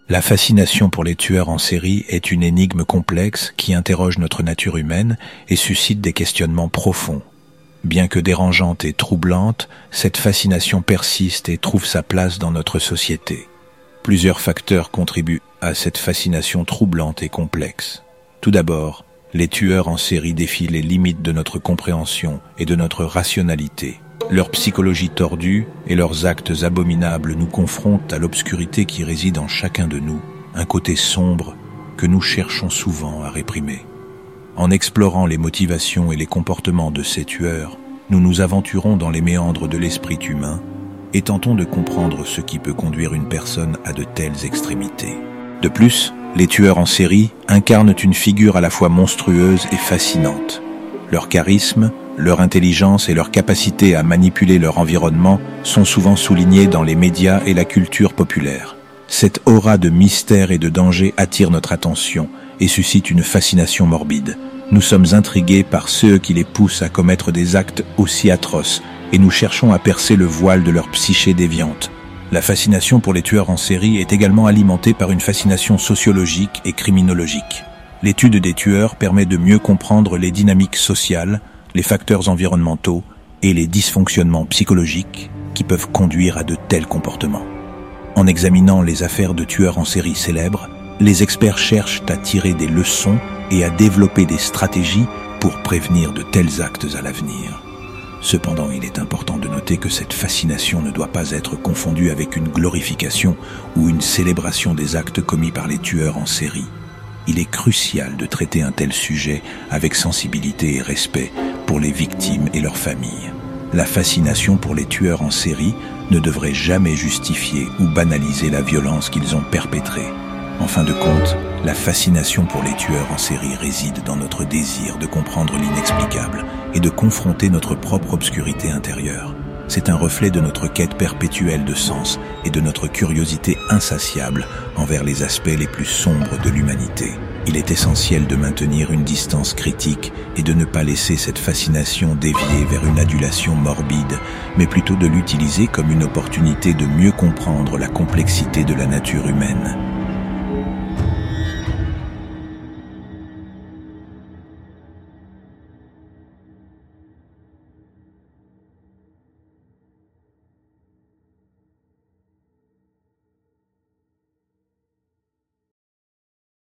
La fascination pour les tueurs en série est une énigme complexe qui interroge notre nature humaine et suscite des questionnements profonds. Bien que dérangeante et troublante, cette fascination persiste et trouve sa place dans notre société. Plusieurs facteurs contribuent à cette fascination troublante et complexe. Tout d'abord, les tueurs en série défient les limites de notre compréhension et de notre rationalité. Leur psychologie tordue et leurs actes abominables nous confrontent à l'obscurité qui réside en chacun de nous, un côté sombre que nous cherchons souvent à réprimer. En explorant les motivations et les comportements de ces tueurs, nous nous aventurons dans les méandres de l'esprit humain et tentons de comprendre ce qui peut conduire une personne à de telles extrémités. De plus, les tueurs en série incarnent une figure à la fois monstrueuse et fascinante. Leur charisme, leur intelligence et leur capacité à manipuler leur environnement sont souvent soulignés dans les médias et la culture populaire. Cette aura de mystère et de danger attire notre attention et suscite une fascination morbide. Nous sommes intrigués par ceux qui les poussent à commettre des actes aussi atroces et nous cherchons à percer le voile de leur psyché déviante. La fascination pour les tueurs en série est également alimentée par une fascination sociologique et criminologique. L'étude des tueurs permet de mieux comprendre les dynamiques sociales, les facteurs environnementaux et les dysfonctionnements psychologiques qui peuvent conduire à de tels comportements. En examinant les affaires de tueurs en série célèbres, les experts cherchent à tirer des leçons et à développer des stratégies pour prévenir de tels actes à l'avenir. Cependant, il est important de noter que cette fascination ne doit pas être confondue avec une glorification ou une célébration des actes commis par les tueurs en série. Il est crucial de traiter un tel sujet avec sensibilité et respect pour les victimes et leurs familles. La fascination pour les tueurs en série ne devrait jamais justifier ou banaliser la violence qu'ils ont perpétrée. En fin de compte, la fascination pour les tueurs en série réside dans notre désir de comprendre l'inexplicable et de confronter notre propre obscurité intérieure. C'est un reflet de notre quête perpétuelle de sens et de notre curiosité insatiable envers les aspects les plus sombres de l'humanité. Il est essentiel de maintenir une distance critique et de ne pas laisser cette fascination dévier vers une adulation morbide, mais plutôt de l'utiliser comme une opportunité de mieux comprendre la complexité de la nature humaine.